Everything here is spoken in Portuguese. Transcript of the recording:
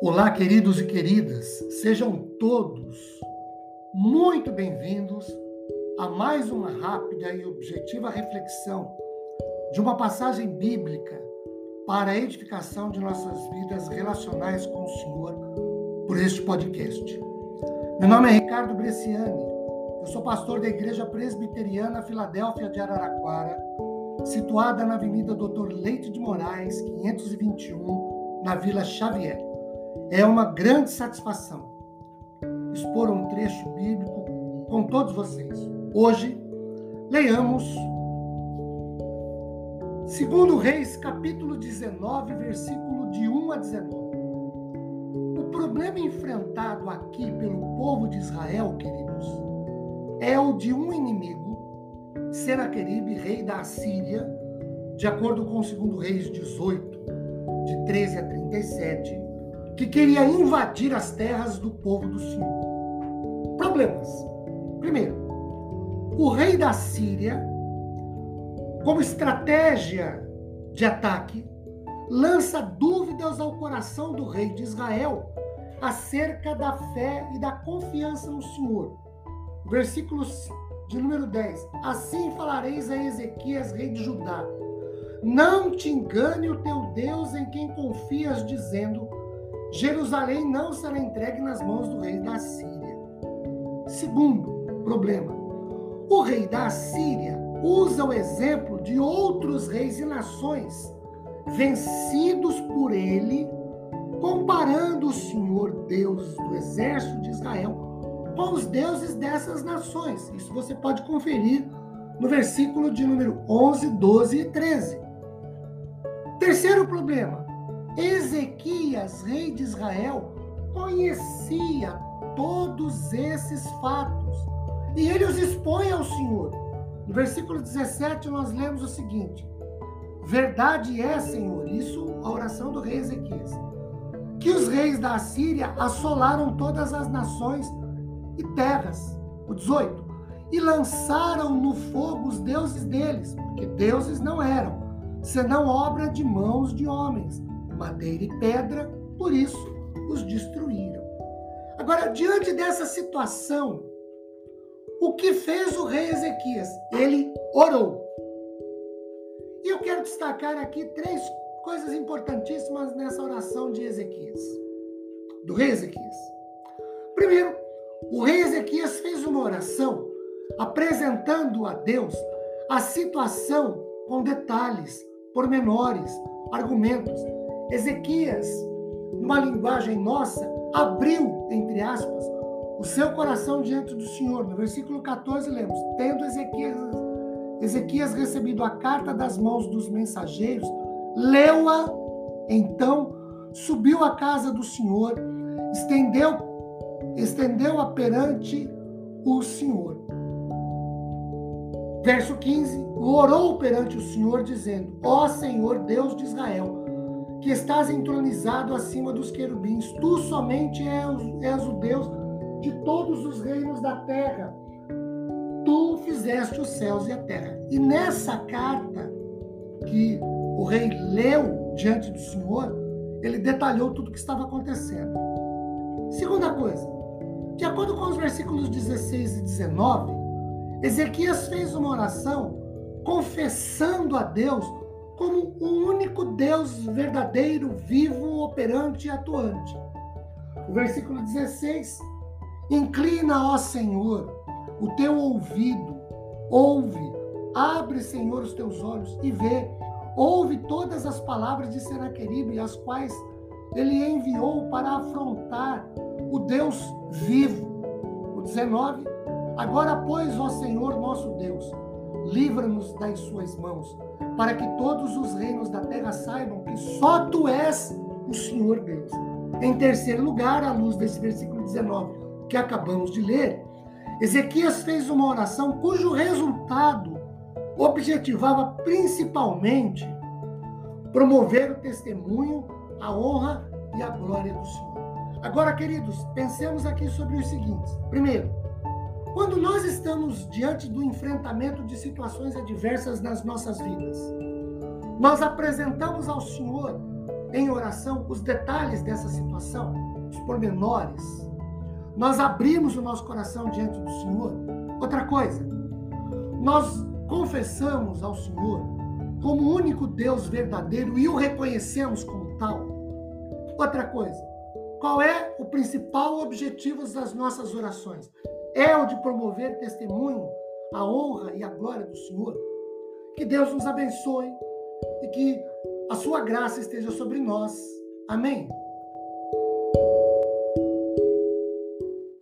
Olá, queridos e queridas, sejam todos muito bem-vindos a mais uma rápida e objetiva reflexão de uma passagem bíblica para a edificação de nossas vidas relacionais com o Senhor por este podcast. Meu nome é Ricardo Bresciani, eu sou pastor da Igreja Presbiteriana Filadélfia de Araraquara, situada na Avenida Doutor Leite de Moraes, 521, na Vila Xavier. É uma grande satisfação expor um trecho bíblico com todos vocês. Hoje, leiamos 2 Reis, capítulo 19, versículo de 1 a 19. O problema enfrentado aqui pelo povo de Israel, queridos, é o de um inimigo, Senaqueribe, rei da Assíria, de acordo com 2 Reis 18, de 13 a 37, que queria invadir as terras do povo do Senhor. Problemas. Primeiro, o rei da Síria, como estratégia de ataque, lança dúvidas ao coração do rei de Israel acerca da fé e da confiança no Senhor. Versículo de número 10. Assim falareis a Ezequias, rei de Judá: não te engane o teu Deus em quem confias, dizendo: Jerusalém não será entregue nas mãos do rei da Síria. Segundo problema, o rei da Síria usa o exemplo de outros reis e nações vencidos por ele, comparando o Senhor Deus do exército de Israel com os deuses dessas nações. Isso você pode conferir no versículo de número 11, 12 e 13. Terceiro problema, Ezequias, rei de Israel, conhecia todos esses fatos e ele os expõe ao Senhor. No versículo 17 nós lemos o seguinte: verdade é, Senhor, isso a oração do rei Ezequias, que os reis da Assíria assolaram todas as nações e terras. O 18, e lançaram no fogo os deuses deles, porque deuses não eram, senão obra de mãos de homens, madeira e pedra, por isso os destruíram. Agora, diante dessa situação, o que fez o rei Ezequias? Ele orou. E eu quero destacar aqui 3 coisas importantíssimas nessa oração de Ezequias, do rei Ezequias. Primeiro, o rei Ezequias fez uma oração apresentando a Deus a situação com detalhes, pormenores, argumentos. Ezequias, numa linguagem nossa, abriu, entre aspas, o seu coração diante do Senhor. No versículo 14 lemos: tendo Ezequias recebido a carta das mãos dos mensageiros, leu-a, então subiu à casa do Senhor, estendeu-a perante o Senhor. Verso 15, orou perante o Senhor, dizendo: ó Senhor, Deus de Israel, que estás entronizado acima dos querubins, tu somente és o Deus de todos os reinos da terra. Tu fizeste os céus e a terra. E nessa carta que o rei leu diante do Senhor, ele detalhou tudo o que estava acontecendo. Segunda coisa, de acordo com os versículos 16 e 19, Ezequias fez uma oração confessando a Deus como o único Deus verdadeiro, vivo, operante e atuante. O versículo 16: inclina, ó Senhor, o teu ouvido, ouve, abre, Senhor, os teus olhos e vê, ouve todas as palavras de Senaqueribe, as quais ele enviou para afrontar o Deus vivo. O 19: agora, pois, ó Senhor nosso Deus, livra-nos das suas mãos, para que todos os reinos da terra saibam que só tu és o Senhor Deus. Em terceiro lugar, à luz desse versículo 19 que acabamos de ler, Ezequias fez uma oração cujo resultado objetivava principalmente promover o testemunho, a honra e a glória do Senhor. Agora, queridos, pensemos aqui sobre os seguintes. Primeiro, quando nós estamos diante do enfrentamento de situações adversas nas nossas vidas, nós apresentamos ao Senhor em oração os detalhes dessa situação, os pormenores. Nós abrimos o nosso coração diante do Senhor. Outra coisa, nós confessamos ao Senhor como o único Deus verdadeiro e o reconhecemos como tal. Outra coisa, qual é o principal objetivo das nossas orações? É o de promover testemunho, a honra e a glória do Senhor. Que Deus nos abençoe e que a sua graça esteja sobre nós. Amém?